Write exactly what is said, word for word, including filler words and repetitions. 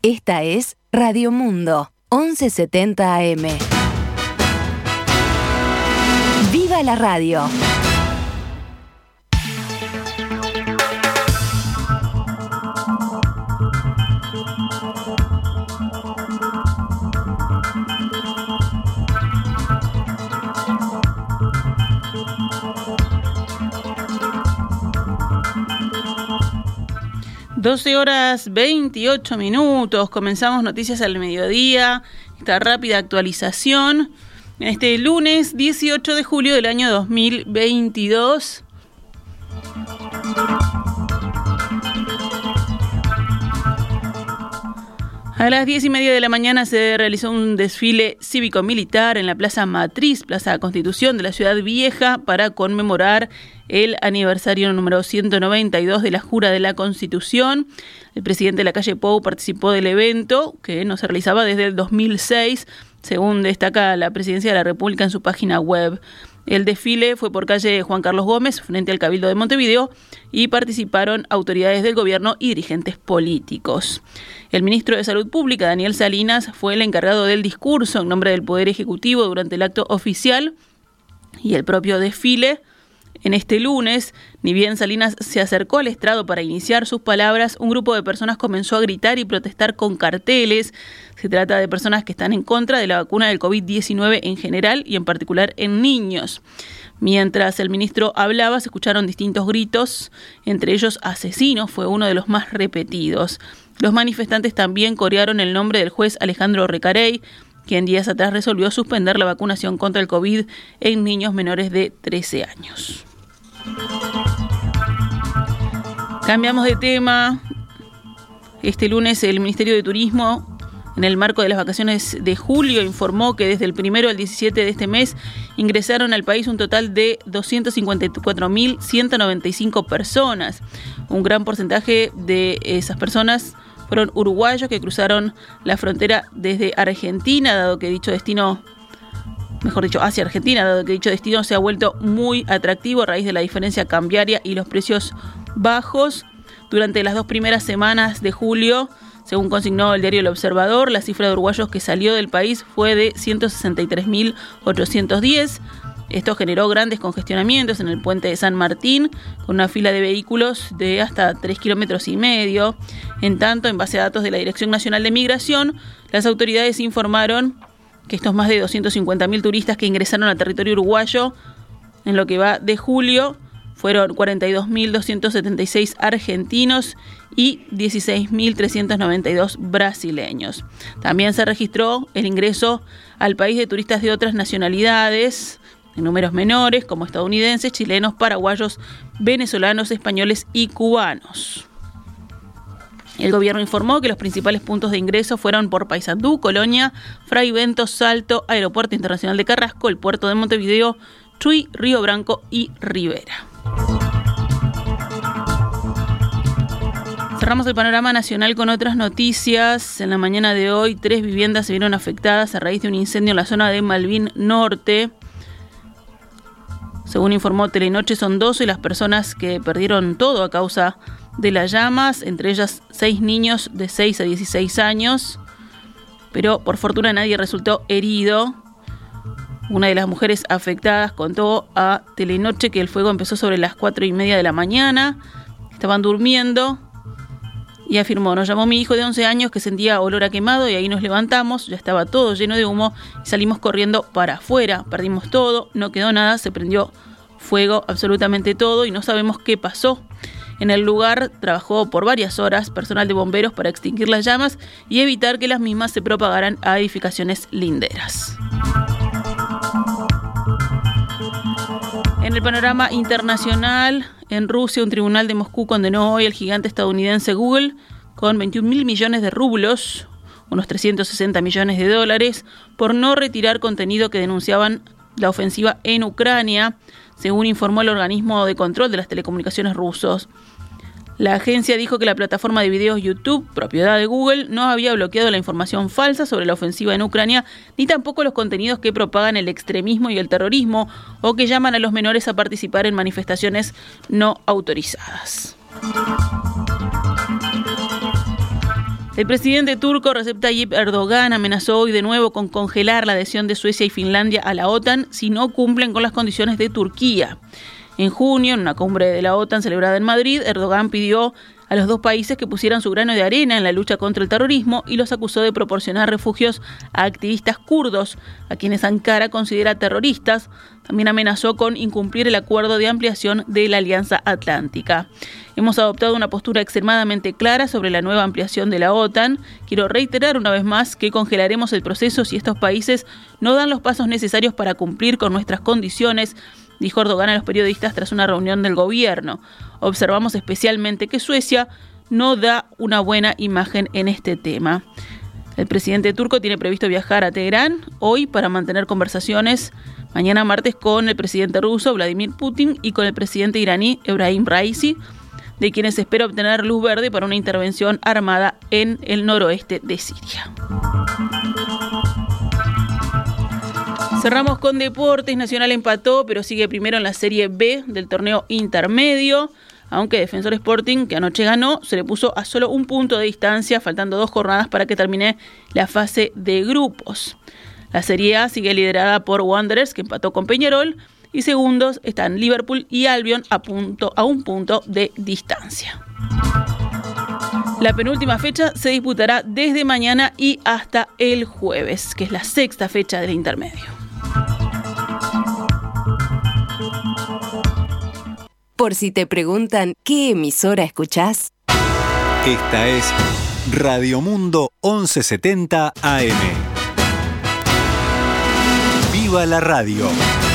Esta es Radio Mundo, once setenta A M. ¡Viva la radio! doce horas veintiocho minutos, comenzamos Noticias al Mediodía, esta rápida actualización, en este lunes dieciocho de julio del año dos mil veintidós. A las diez y media de la mañana se realizó un desfile cívico-militar en la Plaza Matriz, Plaza Constitución de la Ciudad Vieja, para conmemorar el aniversario número ciento noventa y dos de la Jura de la Constitución. El presidente de la calle Pou participó del evento, que no se realizaba desde el dos mil seis, según destaca la Presidencia de la República en su página web. El desfile fue por calle Juan Carlos Gómez, frente al Cabildo de Montevideo, y participaron autoridades del gobierno y dirigentes políticos. El ministro de Salud Pública, Daniel Salinas, fue el encargado del discurso en nombre del Poder Ejecutivo durante el acto oficial y el propio desfile. En este lunes, ni bien Salinas se acercó al estrado para iniciar sus palabras, un grupo de personas comenzó a gritar y protestar con carteles. Se trata de personas que están en contra de la vacuna del covid diecinueve en general y en particular en niños. Mientras el ministro hablaba, se escucharon distintos gritos, entre ellos asesinos fue uno de los más repetidos. Los manifestantes también corearon el nombre del juez Alejandro Recarey, quien días atrás resolvió suspender la vacunación contra el COVID en niños menores de trece años. Cambiamos de tema. Este lunes el Ministerio de Turismo, en el marco de las vacaciones de julio, informó que desde el primero al diecisiete de este mes ingresaron al país un total de doscientos cincuenta y cuatro mil ciento noventa y cinco personas. Un gran porcentaje de esas personas fueron uruguayos que cruzaron la frontera desde Argentina, dado que dicho destino, mejor dicho, hacia Argentina, dado que dicho destino se ha vuelto muy atractivo a raíz de la diferencia cambiaria y los precios bajos. Durante las dos primeras semanas de julio, según consignó el diario El Observador, la cifra de uruguayos que salió del país fue de ciento sesenta y tres mil ochocientos diez. Esto generó grandes congestionamientos en el puente de San Martín, con una fila de vehículos de hasta tres kilómetros y medio. En tanto, en base a datos de la Dirección Nacional de Migración, las autoridades informaron que estos más de doscientos cincuenta mil turistas que ingresaron al territorio uruguayo en lo que va de julio fueron cuarenta y dos mil doscientos setenta y seis argentinos y dieciséis mil trescientos noventa y dos brasileños. También se registró el ingreso al país de turistas de otras nacionalidades, en números menores, como estadounidenses, chilenos, paraguayos, venezolanos, españoles y cubanos. El gobierno informó que los principales puntos de ingreso fueron por Paysandú, Colonia, Fray Bentos, Salto, Aeropuerto Internacional de Carrasco, el Puerto de Montevideo, Chuy, Río Branco y Rivera. Cerramos el panorama nacional con otras noticias. En la mañana de hoy, tres viviendas se vieron afectadas a raíz de un incendio en la zona de Malvin Norte. Según informó Telenoche, son doce las personas que perdieron todo a causa de las llamas, entre ellas seis niños de seis a dieciséis años, pero por fortuna nadie resultó herido. Una de las mujeres afectadas contó a Telenoche que el fuego empezó sobre las cuatro y media de la mañana, estaban durmiendo y afirmó: nos llamó mi hijo de once años que sentía olor a quemado y ahí nos levantamos, ya estaba todo lleno de humo y salimos corriendo para afuera, perdimos todo, no quedó nada, se prendió fuego absolutamente todo y no sabemos qué pasó. En el lugar trabajó por varias horas personal de bomberos para extinguir las llamas y evitar que las mismas se propagaran a edificaciones linderas. En el panorama internacional, en Rusia, un tribunal de Moscú condenó hoy al gigante estadounidense Google con veintiún mil millones de rublos, unos trescientos sesenta millones de dólares, por no retirar contenido que denunciaban la ofensiva en Ucrania, según informó el organismo de control de las telecomunicaciones rusos. La agencia dijo que la plataforma de videos YouTube, propiedad de Google, no había bloqueado la información falsa sobre la ofensiva en Ucrania, ni tampoco los contenidos que propagan el extremismo y el terrorismo o que llaman a los menores a participar en manifestaciones no autorizadas. El presidente turco Recep Tayyip Erdogan amenazó hoy de nuevo con congelar la adhesión de Suecia y Finlandia a la OTAN si no cumplen con las condiciones de Turquía. En junio, en una cumbre de la OTAN celebrada en Madrid, Erdogan pidió a los dos países que pusieran su grano de arena en la lucha contra el terrorismo y los acusó de proporcionar refugios a activistas kurdos, a quienes Ankara considera terroristas. También amenazó con incumplir el acuerdo de ampliación de la Alianza Atlántica. Hemos adoptado una postura extremadamente clara sobre la nueva ampliación de la OTAN. Quiero reiterar una vez más que congelaremos el proceso si estos países no dan los pasos necesarios para cumplir con nuestras condiciones, dijo Erdogan a los periodistas tras una reunión del gobierno. Observamos especialmente que Suecia no da una buena imagen en este tema. El presidente turco tiene previsto viajar a Teherán hoy para mantener conversaciones mañana martes con el presidente ruso Vladimir Putin y con el presidente iraní Ebrahim Raisi, de quienes se espera obtener luz verde para una intervención armada en el noroeste de Siria. Cerramos con deportes. Nacional empató, pero sigue primero en la Serie B del torneo intermedio, aunque Defensor Sporting, que anoche ganó, se le puso a solo un punto de distancia, faltando dos jornadas para que termine la fase de grupos. La Serie A sigue liderada por Wanderers, que empató con Peñarol, y segundos están Liverpool y Albion a, punto, a un punto de distancia. La penúltima fecha se disputará desde mañana y hasta el jueves, que es la sexta fecha del intermedio. Por si te preguntan qué emisora escuchás. Esta es Radio Mundo once setenta A M. ¡Viva la radio!